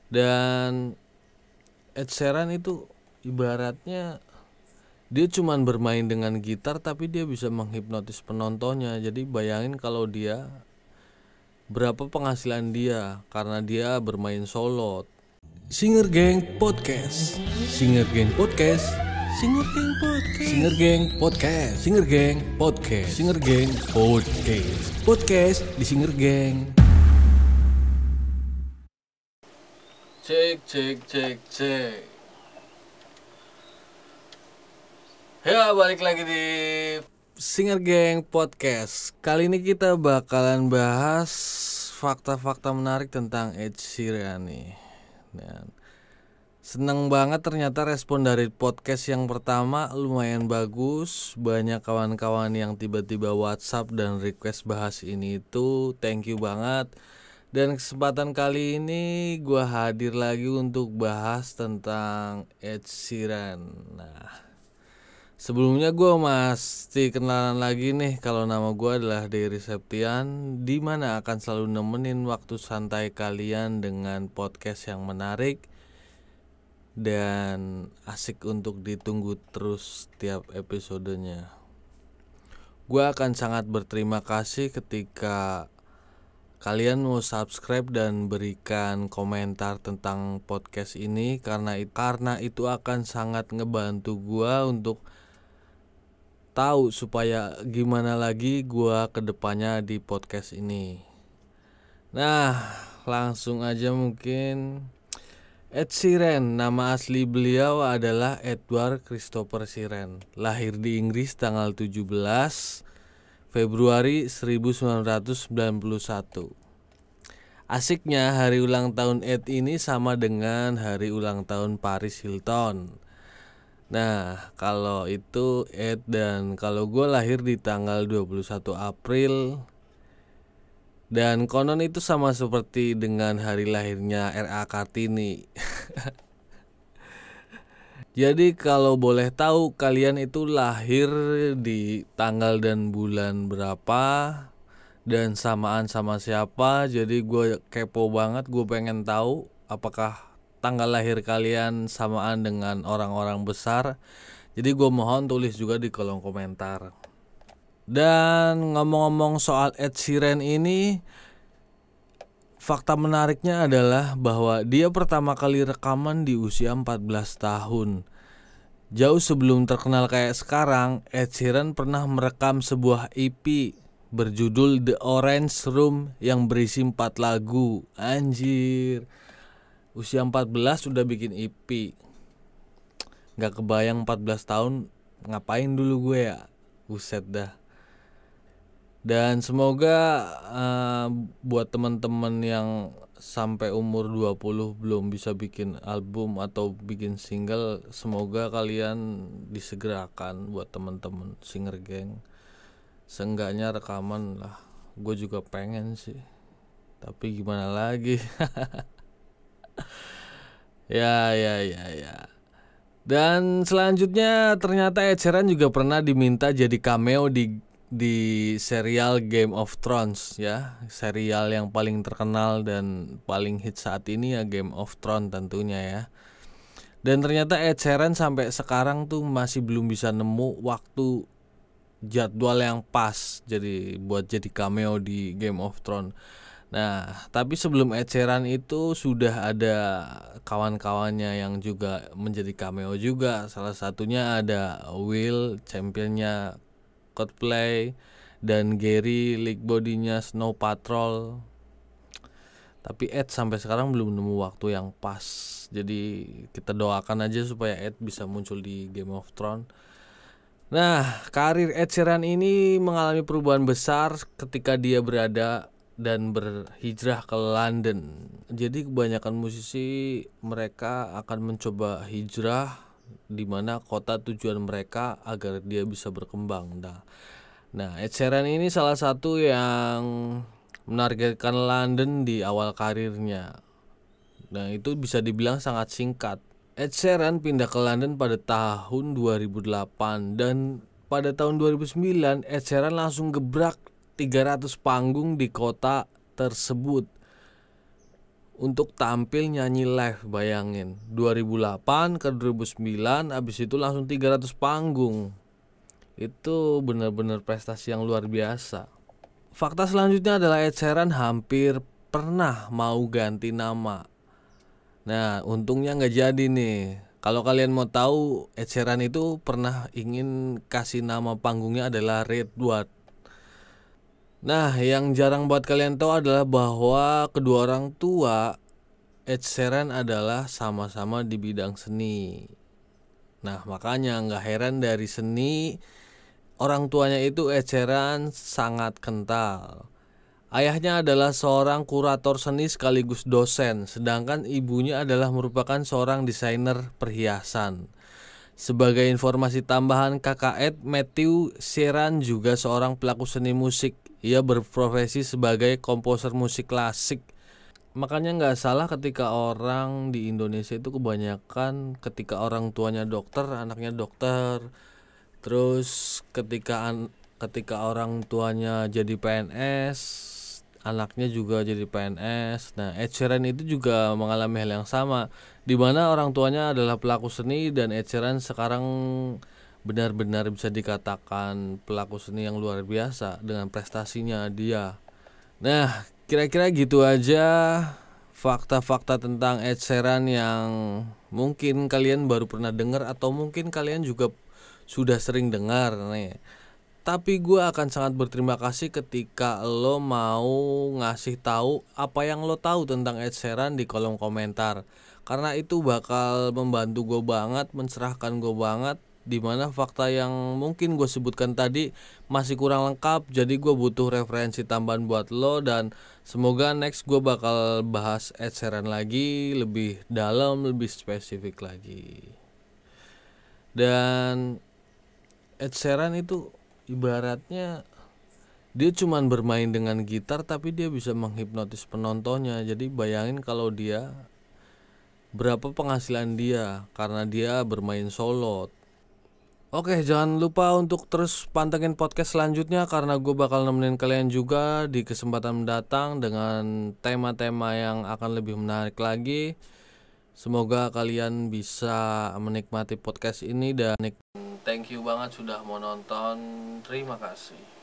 Dan Ed Sheeran itu ibaratnya dia cuman bermain dengan gitar tapi dia bisa menghipnotis penontonnya. Jadi bayangin kalau dia berapa penghasilan dia karena dia bermain solo. Singer Gang Podcast. Singer Gang Podcast. Singer Gang Podcast. Singer Gang Podcast. Singer Gang Podcast. Singer Gang Podcast. Podcast di Singer Gang. Cek. Ya, balik lagi di Singer Gang Podcast. Kali ini kita bakalan bahas fakta-fakta menarik tentang Ed Sheeran nih. Dan seneng banget ternyata respon dari podcast yang pertama lumayan bagus. Banyak kawan-kawan yang tiba-tiba WhatsApp dan request bahas ini itu. Thank you banget. Dan kesempatan kali ini gue hadir lagi untuk bahas tentang Ed Sheeran. Nah, sebelumnya gue mesti kenalan lagi nih. Kalau nama gue adalah Dery Septian, di mana akan selalu nemenin waktu santai kalian dengan podcast yang menarik dan asik untuk ditunggu terus setiap episodenya. Gue akan sangat berterima kasih ketika kalian mau subscribe dan berikan komentar tentang podcast ini karena itu akan sangat ngebantu gua untuk tahu supaya gimana lagi gua kedepannya di podcast ini. Nah, langsung aja mungkin. Ed Sheeran, nama asli beliau adalah Edward Christopher Sheeran. Lahir di Inggris tanggal 17 Februari 1991. Asiknya hari ulang tahun Ed ini sama dengan hari ulang tahun Paris Hilton. Nah, kalau itu Ed dan kalau gue lahir di tanggal 21 April. Dan konon itu sama seperti dengan hari lahirnya R.A. Kartini. Jadi kalau boleh tahu kalian itu lahir di tanggal dan bulan berapa dan samaan sama siapa. Jadi gue kepo banget, gue pengen tahu apakah tanggal lahir kalian samaan dengan orang-orang besar. Jadi gue mohon tulis juga di kolom komentar. Dan ngomong-ngomong soal Ed Sheeran ini, fakta menariknya adalah bahwa dia pertama kali rekaman di usia 14 tahun. Jauh sebelum terkenal kayak sekarang, Ed Sheeran pernah merekam sebuah EP berjudul The Orange Room yang berisi 4 lagu. Anjir, usia 14 sudah bikin EP. Gak kebayang 14 tahun ngapain dulu gue ya. Buset dah. Dan semoga buat teman-teman yang sampai umur 20 belum bisa bikin album atau bikin single, semoga kalian disegerakan buat teman-teman Singer Gang. Seenggaknya rekaman lah. Gue juga pengen sih, tapi gimana lagi. Ya. Dan selanjutnya ternyata Ed Sheeran juga pernah diminta jadi cameo di serial Game of Thrones ya, serial yang paling terkenal dan paling hit saat ini ya, Game of Thrones tentunya ya. Dan ternyata Ed Sheeran sampai sekarang tuh masih belum bisa nemu waktu jadwal yang pas buat jadi cameo di Game of Thrones. Nah, tapi sebelum Ed Sheeran itu sudah ada kawan-kawannya yang juga menjadi cameo juga. Salah satunya ada Will, championnya Coldplay, dan Gary, lead bodinya Snow Patrol. Tapi Ed sampai sekarang belum nemu waktu yang pas. Jadi kita doakan aja supaya Ed bisa muncul di Game of Thrones. Nah, karir Ed Sheeran ini mengalami perubahan besar ketika dia berada dan berhijrah ke London. Jadi kebanyakan musisi mereka akan mencoba hijrah di mana kota tujuan mereka agar dia bisa berkembang. Nah, Ed Sheeran ini salah satu yang menargetkan London di awal karirnya. Nah, itu bisa dibilang sangat singkat. Ed Sheeran pindah ke London pada tahun 2008 dan pada tahun 2009 Ed Sheeran langsung gebrak 300 panggung di kota tersebut. untuk tampil nyanyi live. Bayangin 2008 ke 2009, abis itu langsung 300 panggung. Itu benar-benar prestasi yang luar biasa. Fakta selanjutnya adalah Ed Sheeran hampir pernah mau ganti nama. Nah, untungnya nggak jadi nih. Kalau kalian mau tahu, Ed Sheeran itu pernah ingin kasih nama panggungnya adalah Redwood. Nah, yang jarang buat kalian tahu adalah bahwa kedua orang tua Ed Sheeran adalah sama-sama di bidang seni. Nah, makanya nggak heran dari seni, orang tuanya itu Ed Sheeran sangat kental. Ayahnya adalah seorang kurator seni sekaligus dosen, sedangkan ibunya adalah merupakan seorang desainer perhiasan. Sebagai informasi tambahan, kakak Ed, Matthew Sheeran, juga seorang pelaku seni musik. Ia berprofesi sebagai komposer musik klasik. Makanya nggak salah ketika orang di Indonesia itu kebanyakan ketika orang tuanya dokter, anaknya dokter. Terus ketika orang tuanya jadi PNS, anaknya juga jadi PNS. Nah, Ed Sheeran itu juga mengalami hal yang sama, di mana orang tuanya adalah pelaku seni dan Ed Sheeran sekarang benar-benar bisa dikatakan pelaku seni yang luar biasa dengan prestasinya dia. Nah, kira-kira gitu aja fakta-fakta tentang Ed Sheeran yang mungkin kalian baru pernah dengar atau mungkin kalian juga sudah sering dengar nih. Tapi gue akan sangat berterima kasih ketika lo mau ngasih tahu apa yang lo tahu tentang Ed Sheeran di kolom komentar. Karena itu bakal membantu gue banget, mencerahkan gue banget, dimana fakta yang mungkin gue sebutkan tadi masih kurang lengkap. Jadi gue butuh referensi tambahan buat lo, dan semoga next gue bakal bahas Ed Sheeran lagi lebih dalam, lebih spesifik lagi. Dan Ed Sheeran itu ibaratnya dia cuman bermain dengan gitar tapi dia bisa menghipnotis penontonnya. Jadi bayangin kalau dia berapa penghasilan dia karena dia bermain solo. Oke, jangan lupa untuk terus pantengin podcast selanjutnya karena gue bakal nemenin kalian juga di kesempatan mendatang dengan tema-tema yang akan lebih menarik lagi. Semoga kalian bisa menikmati podcast ini dan thank you banget sudah mau nonton. Terima kasih.